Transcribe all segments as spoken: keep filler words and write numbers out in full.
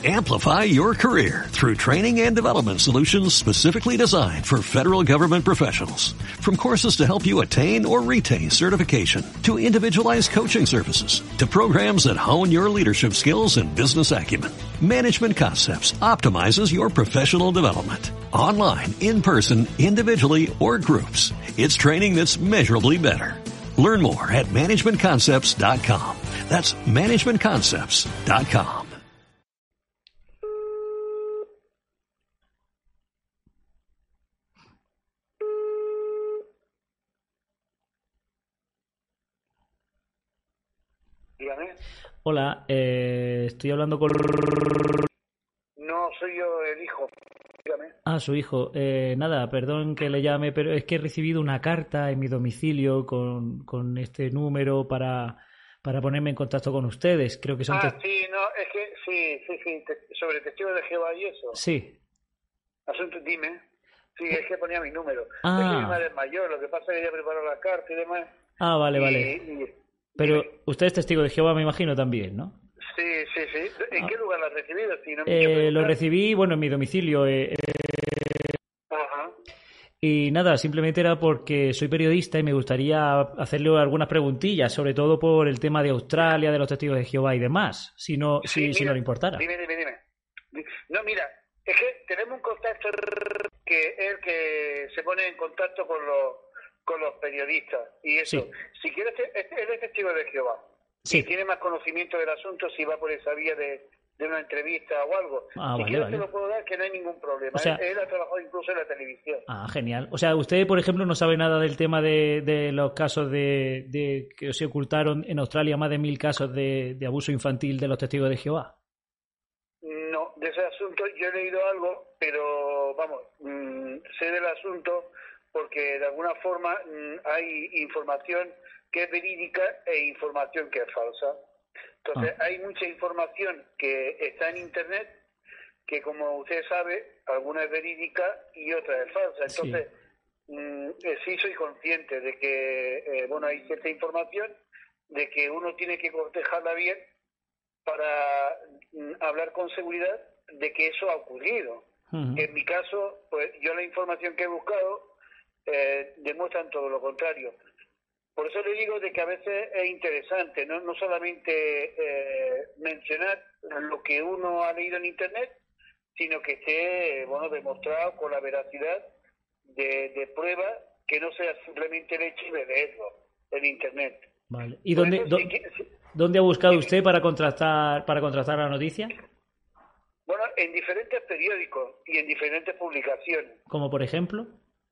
Amplify your career through training and development solutions specifically designed for federal government professionals. From courses to help you attain or retain certification, to individualized coaching services, to programs that hone your leadership skills and business acumen, Management Concepts optimizes your professional development. Online, in person, individually, or groups, it's training that's measurably better. Learn more at management concepts dot com. That's management concepts dot com. Dígame. Hola, eh, estoy hablando con... No, soy yo el hijo. Dígame. Ah, su hijo. Eh, nada, perdón que le llame, pero es que he recibido una carta en mi domicilio con, con este número para, para ponerme en contacto con ustedes. Creo que son... Ah, te- sí, no, es que sí, sí, sí, te- sobre testigos de Jehová y eso. Sí. Asunto, dime. Sí, es que ponía mi número. Ah. Es que mi madre es mayor, lo que pasa es que ella preparó la carta y demás. Ah, vale, y, vale. y- Pero dime. usted es testigo de Jehová, me imagino, también, ¿no? Sí, sí, sí. ¿En Ah. qué lugar la has recibido? Si no me he Eh, hecho lo preguntar. recibí, bueno, en mi domicilio. eh, Ajá. Y nada, simplemente era porque soy periodista y me gustaría hacerle algunas preguntillas, sobre todo por el tema de Australia, de los testigos de Jehová y demás, si no, Sí, si, si mira, no le importara. Dime, dime, dime. No, mira, es que tenemos un contacto que es el que se pone en contacto con los con los periodistas y eso. Sí. Si quieres, este- él es testigo de Jehová Sí. y tiene más conocimiento del asunto si va por esa vía de, de una entrevista o algo. Ah, si vale, quieres vale. te lo puedo dar, que no hay ningún problema. O sea- él, él ha trabajado incluso en la televisión. Ah, genial. O sea, usted, por ejemplo, no sabe nada del tema de, de los casos de, de que se ocultaron en Australia más de mil casos de, de abuso infantil de los testigos de Jehová. No, de ese asunto yo he leído algo, pero vamos, mm, sé del asunto porque de alguna forma mm, hay información que es verídica e información que es falsa. Entonces, Ah. hay mucha información que está en Internet que, como usted sabe, alguna es verídica y otra es falsa. Sí. Entonces, mm, eh, sí soy consciente de que, eh, bueno, hay cierta información de que uno tiene que cotejarla bien para mm, hablar con seguridad de que eso ha ocurrido. Ujú. En mi caso, pues yo la información que he buscado eh, demuestran todo lo contrario. Por eso le digo de que a veces es interesante, no, no solamente eh, mencionar lo que uno ha leído en Internet, sino que esté, bueno, demostrado con la veracidad de, de pruebas, que no sea simplemente el hecho de leerlo en Internet. Vale. ¿Y Por dónde, eso, dó- si qui- si- dónde ha buscado usted para contrastar, para contrastar la noticia? Bueno, en diferentes periódicos y en diferentes publicaciones. Como por ejemplo.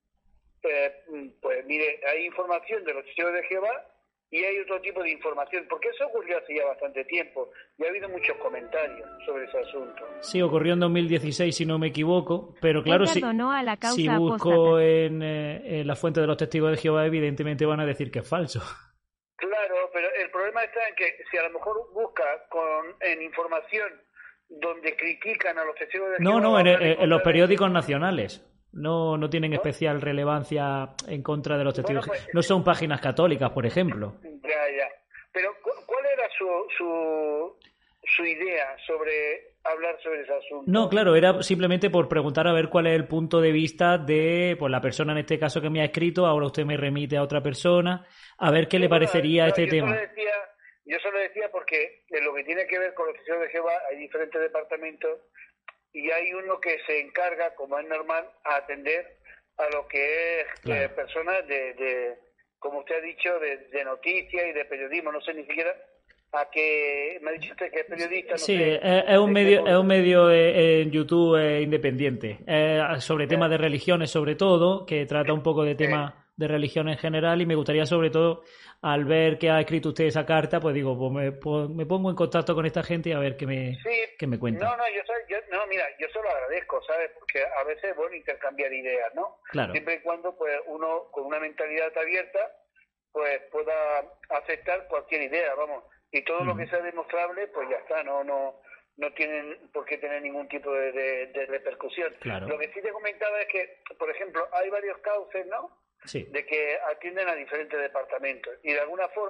Eh, pues mire, hay información de los testigos de Jehová y hay otro tipo de información, porque eso ocurrió hace ya bastante tiempo y ha habido muchos comentarios sobre ese asunto. Sí, ocurrió en dos mil dieciséis, si no me equivoco, pero claro, si, donó a la causa si busco apóstata. en, eh, en la fuente de los testigos de Jehová, evidentemente van a decir que es falso. Claro, pero el problema está en que si a lo mejor busca con en información donde critican a los testigos de No, Jehová, no, va en, a en- encontrar- en los periódicos nacionales. No, no tienen ¿No? especial relevancia en contra de los testigos. Bueno, pues- No son páginas católicas, por ejemplo. Ya, ya. Pero ¿cu- ¿cuál era su, su, su idea sobre hablar sobre ese asunto? No, claro, era simplemente por preguntar a ver cuál es el punto de vista de pues, la persona en este caso que me ha escrito. Ahora usted me remite a otra persona, a ver qué le Bueno, parecería no, este yo tema. Solo decía, yo solo decía porque en lo que tiene que ver con los testigos de Jehová hay diferentes departamentos y hay uno que se encarga, como es normal, a atender a lo que es Claro. eh, personas de, de, como usted ha dicho, de, de noticias y de periodismo. No sé ni siquiera a qué, me ha dicho usted que es periodista. No Sí, sé, es, es un de qué medio, modo. es un medio eh, en YouTube eh, independiente, eh, sobre temas de religiones sobre todo, que trata un poco de temas de religión en general y me gustaría sobre todo, al ver que ha escrito usted esa carta, pues digo, pues me, pues me pongo en contacto con esta gente y a ver qué me, Sí, qué me cuenta. No, no, yo, soy- yo- no, mira, yo se lo agradezco, ¿sabes? Porque a veces es bueno intercambiar ideas, ¿no? Claro. Siempre y cuando pues uno con una mentalidad abierta pues pueda aceptar cualquier idea, vamos. Y todo lo Ujú. que sea demostrable, pues ya está, no no no tienen por qué tener ningún tipo de, de- de repercusión. Claro. Lo que sí te comentaba es que, por ejemplo, hay varios cauces, ¿no? Sí. De que atienden a diferentes departamentos y de alguna forma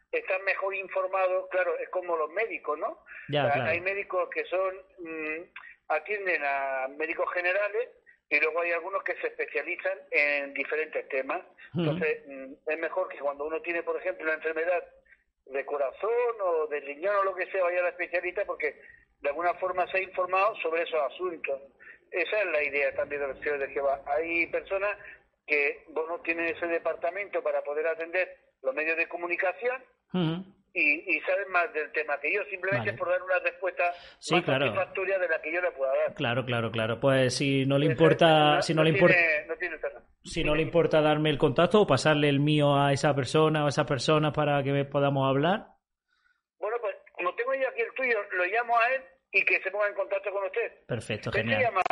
están mejor informados. Claro, es como los médicos, ¿no? Ya, o sea, claro. Hay médicos que son mmm, atienden a médicos generales y luego hay algunos que se especializan en diferentes temas. Entonces, uh-huh. es mejor que cuando uno tiene, por ejemplo, una enfermedad de corazón o de riñón o lo que sea, vaya al especialista porque de alguna forma se ha informado sobre esos asuntos. Esa es la idea también de los testigos de Jehová. Hay personas que, bueno, tienen ese departamento para poder atender los medios de comunicación uh-huh. y, y saben más del tema que yo, simplemente vale. por dar una respuesta sí, más claro. satisfactoria de la que yo le pueda dar. Claro, claro, claro. Pues si no le importa, no, si no, no le tiene, importa, no tiene si no le importa darme el contacto o pasarle el mío a esa persona o a esa persona para que podamos hablar. Bueno, pues como tengo yo aquí el tuyo, lo llamo a él y que se ponga en contacto con usted. Perfecto, él genial. Se llama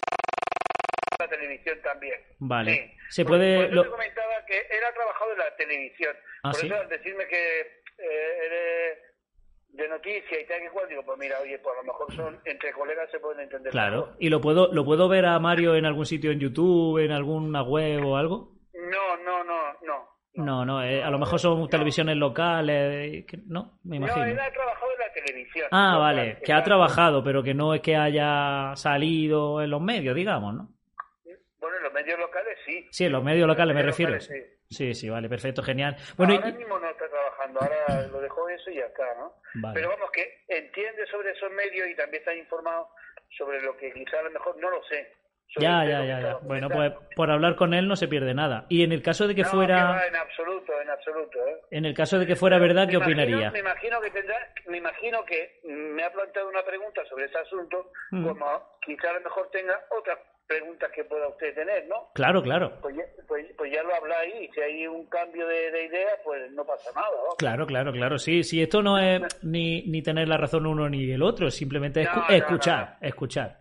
la televisión también. Vale. Sí. Se por, puede. Por eso lo... te comentaba que él ha trabajado en la televisión. ¿Ah, por sí? eso al decirme que eh, eres de noticias y tal que cual, digo, pues mira, oye, pues a lo mejor son entre colegas se pueden entender. Claro. Mejor. ¿Y lo puedo lo puedo ver a Mario en algún sitio en YouTube, en alguna web o algo? No, no, no, no. No, no, eh, a lo mejor son no. televisiones locales, ¿no? Me imagino. No, él ha trabajado en la televisión. Ah, local, vale, que ha trabajado, pero que no es que haya salido en los medios, digamos, ¿no? Bueno, en los medios locales sí. Sí, en los medios locales en los me medios refiero. Locales, sí. sí, sí, vale, perfecto, genial. Bueno, ahora y... mismo no está trabajando, ahora lo dejó eso y ya está, ¿no? Vale. Pero vamos, que entiende sobre esos medios y también está informado sobre lo que quizá a lo mejor no lo sé. Ya, ya, ya, ya. Bueno, pues por hablar con él no se pierde nada. Y en el caso de que no, fuera... Que va, en absoluto, en absoluto, ¿eh? En el caso de que fuera verdad, ¿qué me opinaría? Imagino, me imagino que tendrá, me imagino que me ha planteado una pregunta sobre ese asunto, mm. como quizá a lo mejor tenga otras preguntas que pueda usted tener, ¿no? Claro, claro. Pues ya, pues, pues ya lo habla ahí, si hay un cambio de, de idea, pues no pasa nada, ¿no? Claro, claro, claro, sí, sí, esto no es ni, ni tener la razón uno ni el otro, simplemente no, escu- no, escuchar, no. escuchar.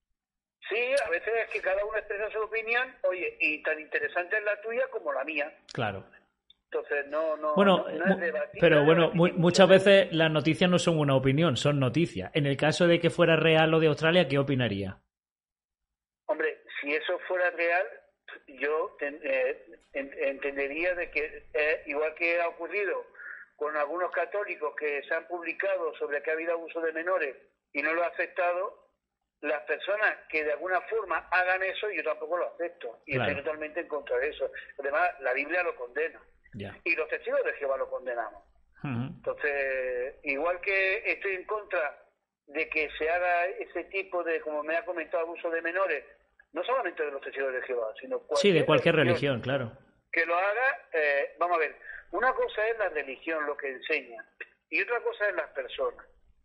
Sí, a veces es que cada uno expresa su opinión, oye, y tan interesante es la tuya como la mía. Claro. Entonces, no, no, bueno, no, no es debatir, pero no es bueno, debatir mu- muchas veces las noticias no son una opinión, son noticias. En el caso de que fuera real lo de Australia, ¿qué opinaría? Hombre, si eso fuera real, yo ten, eh, en, entendería de que, eh, igual que ha ocurrido con algunos católicos que se han publicado sobre que ha habido abuso de menores y no lo ha aceptado, las personas que de alguna forma hagan eso, yo tampoco lo acepto. Y claro. Estoy totalmente en contra de eso. Además, la Biblia lo condena. Yeah. Y los testigos de Jehová lo condenamos. Uh-huh. Entonces, igual que estoy en contra de que se haga ese tipo de, como me ha comentado, abuso de menores, no solamente de los testigos de Jehová, sino cualquier, sí, de cualquier religión, religión, claro. Que lo haga, eh, vamos a ver, una cosa es la religión, lo que enseña, y otra cosa es las personas.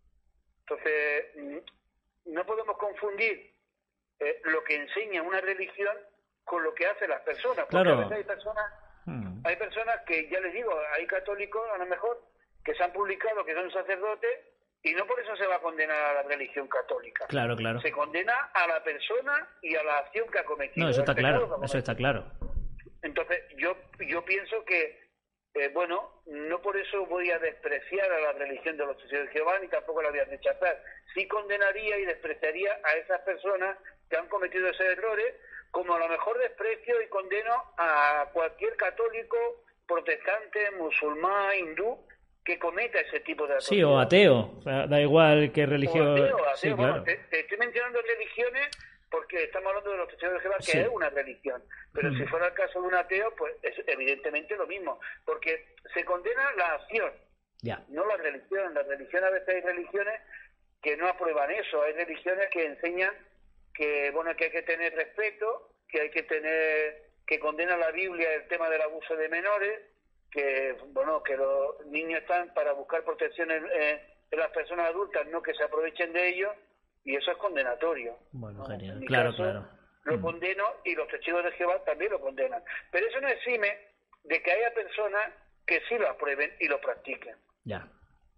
Entonces, no podemos confundir eh, lo que enseña una religión con lo que hacen las personas, porque claro. a veces hay personas, hmm. hay personas que, ya les digo, hay católicos a lo mejor que se han publicado que son sacerdotes y no por eso se va a condenar a la religión católica. Claro, claro. Se condena a la persona y a la acción que ha cometido. No, eso está claro, eso está claro. Entonces, yo, yo pienso que Eh, bueno, no por eso voy a despreciar a la religión de los testigos de Jehová, ni tampoco la voy a rechazar. Sí condenaría y despreciaría a esas personas que han cometido esos errores, como a lo mejor desprecio y condeno a cualquier católico, protestante, musulmán, hindú, que cometa ese tipo de atrocidades. Sí, o ateo, o sea, da igual qué religión. O ateo, ateo. Sí, bueno, claro. te, te estoy mencionando religiones porque estamos hablando de los testigos de Jehová, que sí. es una religión. Pero mm. si fuera el caso de un ateo, pues es evidentemente lo mismo. Porque se condena la acción, yeah. no la religión. La religión, a veces hay religiones que no aprueban eso. Hay religiones que enseñan que, bueno, que hay que tener respeto, que hay que tener, que condena la Biblia el tema del abuso de menores, que, bueno, que los niños están para buscar protección en, en, en las personas adultas, no que se aprovechen de ellos. Y eso es condenatorio. Bueno, ¿no? genial. En mi claro, caso, claro. Lo condeno y los testigos de Jehová también lo condenan. Pero eso no exime de que haya personas que sí lo aprueben y lo practiquen. Ya.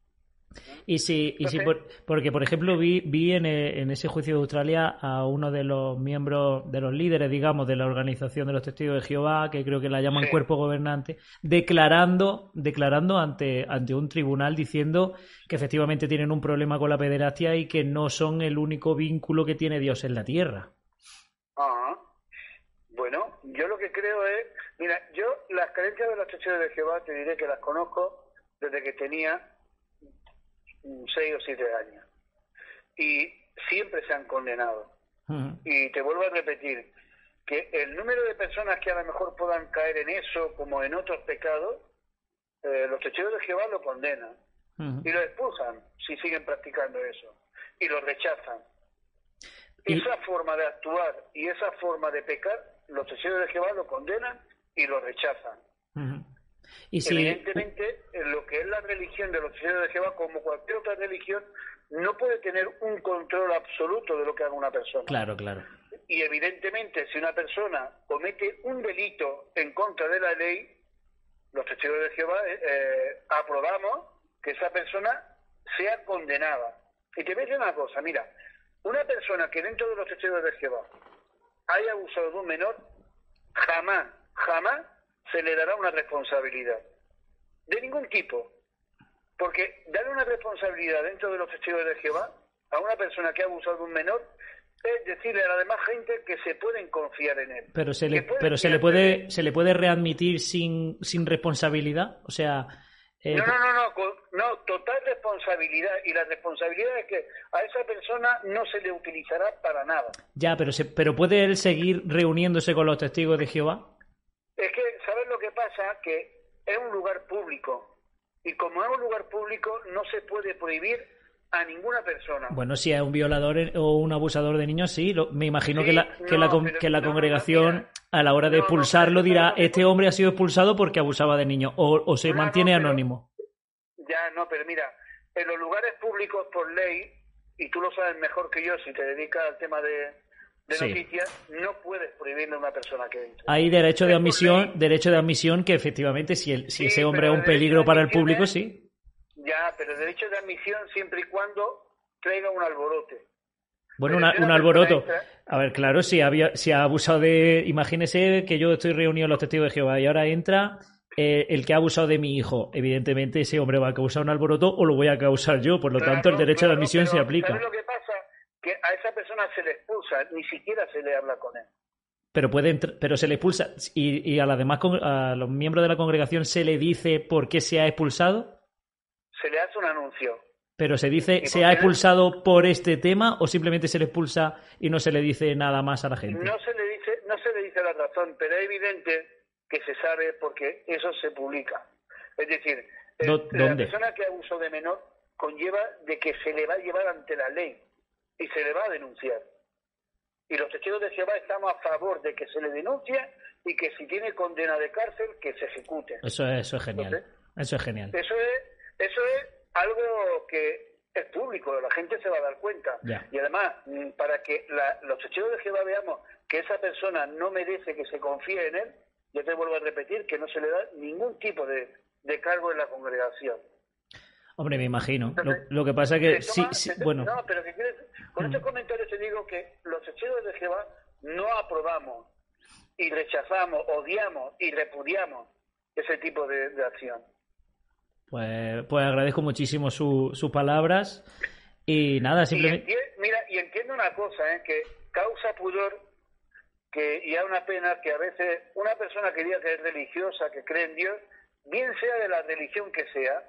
Y si, y si por, porque por ejemplo vi, vi en, en ese juicio de Australia a uno de los miembros, de los líderes, digamos, de la organización de los testigos de Jehová, que creo que la llaman sí. cuerpo gobernante, declarando, declarando ante, ante un tribunal diciendo que efectivamente tienen un problema con la pederastia y que no son el único vínculo que tiene Dios en la tierra. Ah, bueno, yo lo que creo es, mira, yo las creencias de los testigos de Jehová te diré que las conozco desde que tenía seis o siete años. Y siempre se han condenado. Uh-huh. Y te vuelvo a repetir que el número de personas que a lo mejor puedan caer en eso, como en otros pecados, eh, los testigos de Jehová lo condenan. Uh-huh. Y lo expulsan si siguen practicando eso. Y lo rechazan. ¿Y? Esa forma de actuar y esa forma de pecar, los testigos de Jehová lo condenan y lo rechazan. Uh-huh. ¿Y si... Evidentemente, en lo que es la religión de los testigos de Jehová, como cualquier otra religión, no puede tener un control absoluto de lo que haga una persona. Claro, claro. Y evidentemente, si una persona comete un delito en contra de la ley, los testigos de Jehová eh, aprobamos que esa persona sea condenada. Y te voy a decir una cosa, mira, una persona que dentro de los testigos de Jehová haya abusado de un menor, jamás, jamás se le dará una responsabilidad. De ningún tipo. Porque darle una responsabilidad dentro de los testigos de Jehová a una persona que ha abusado de un menor es decirle a la demás gente que se pueden confiar en él. Pero se le, pero se le puede se le puede readmitir sin, sin responsabilidad, o sea... Eh... No, no, no, no, no, total responsabilidad. Y la responsabilidad es que a esa persona no se le utilizará para nada. Ya, pero se, pero ¿puede él seguir reuniéndose con los testigos de Jehová? Es que, ¿sabes lo que pasa? Que es un lugar público. Y como es un lugar público, no se puede prohibir a ninguna persona. Bueno, si es un violador o un abusador de niños, sí. Lo, me imagino sí, que, la, que, no, la, pero, que la no, congregación, no, a la hora de no, expulsarlo, dirá, este hombre ha sido expulsado porque abusaba de niños, o, o se mantiene pero, anónimo. Ya, no, pero mira, en los lugares públicos por ley, y tú lo sabes mejor que yo si te dedicas al tema de... de sí. noticias, no puedes prohibirle a una persona que entre. Hay derecho de admisión, derecho de admisión que efectivamente si, el, si sí, ese hombre es un peligro para el público, es, sí. Ya, pero el derecho de admisión siempre y cuando traiga un alborote. Bueno, una, un alboroto. Extra, a ver, claro, si, había, si ha abusado de... Imagínese que yo estoy reunido en los testigos de Jehová y ahora entra eh, el que ha abusado de mi hijo. Evidentemente ese hombre va a causar un alboroto o lo voy a causar yo. Por lo claro, tanto, el derecho claro, de admisión pero, se aplica. ¿sabes lo que pasa? Que a esa persona se le expulsa, ni siquiera se le habla con él. Pero puede entr- pero se le expulsa y, y a, la demás, a los miembros de la congregación se le dice por qué se ha expulsado. Se le hace un anuncio. Pero se dice, ¿se ha expulsado por este tema o simplemente se le expulsa y no se le dice nada más a la gente? No se le dice, no se le dice la razón, pero es evidente que se sabe porque eso se publica. Es decir, el, la persona que abusó de menor conlleva de que se le va a llevar ante la ley y se le va a denunciar. Y los testigos de Jehová estamos a favor de que se le denuncie y que si tiene condena de cárcel, que se ejecute. Eso es, eso es genial. Entonces, eso es genial. Eso es, eso es algo que es público, la gente se va a dar cuenta. Ya. Y además, para que la, los testigos de Jehová veamos que esa persona no merece que se confíe en él, yo te vuelvo a repetir que no se le da ningún tipo de, de cargo en la congregación. Hombre, me imagino. Entonces, lo, lo que pasa es que sí, toma, sí te, bueno. No, pero que quieres, con mm. estos comentarios te digo que los testigos de Jehová no aprobamos y rechazamos, odiamos y repudiamos ese tipo de, de acción. Pues, pues agradezco muchísimo su, sus palabras y nada, simplemente... Y enti- mira, y entiendo una cosa, ¿eh? Que causa pudor que y es una pena que a veces una persona que diga que es religiosa, que cree en Dios, bien sea de la religión que sea,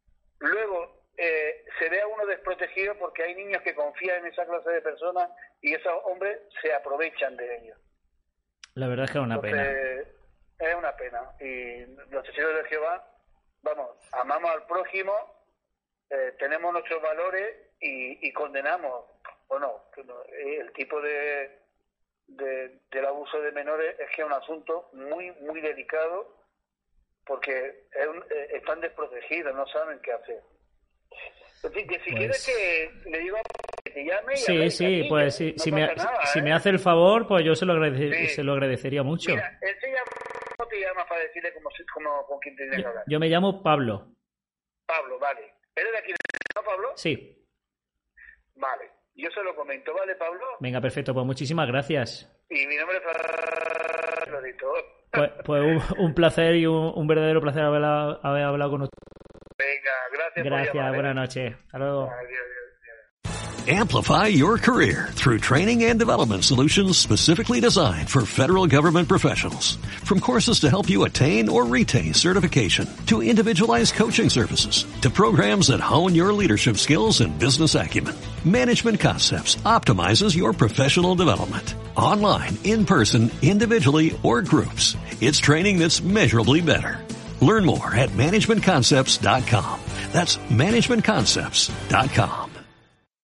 luego eh, se vea uno desprotegido porque hay niños que confían en esa clase de personas y esos hombres se aprovechan de ellos. La verdad es que es una Entonces, pena. Es una pena. Y los testigos de Jehová, vamos, amamos al prójimo, eh, tenemos nuestros valores y, y condenamos, bueno, el tipo de, de del abuso de menores es que es un asunto muy, muy delicado porque es un, eh, están desprotegidos, no saben qué hacer. Es decir, que si pues... quieres que le digo que te llame y sí, sí, aquí, pues sí, no si, me, nada, si ¿eh? me hace el favor, pues yo se lo, agradece, sí. se lo agradecería mucho. Mira, él se llama, ¿cómo te llamas para decirle como, como con quién tienes que hablar? Yo me llamo Pablo. Pablo, vale. ¿Eres de aquí, no, Pablo? Sí. Vale, yo se lo comento, ¿vale, Pablo? Venga, perfecto, pues muchísimas gracias. Y mi nombre es Florito. Pues, pues un, un placer y un, un verdadero placer haber, haber hablado con usted. Venga, gracias. Gracias, por llamar, buenas ¿eh? noches. Hasta luego. Adiós, adiós, adiós. Amplify your career through training and development solutions specifically designed for federal government professionals. From courses to help you attain or retain certification, to individualized coaching services, to programs that hone your leadership skills and business acumen, Management Concepts optimizes your professional development. Online, in person, individually, or groups, it's training that's measurably better. Learn more at management concepts dot com. That's management concepts dot com.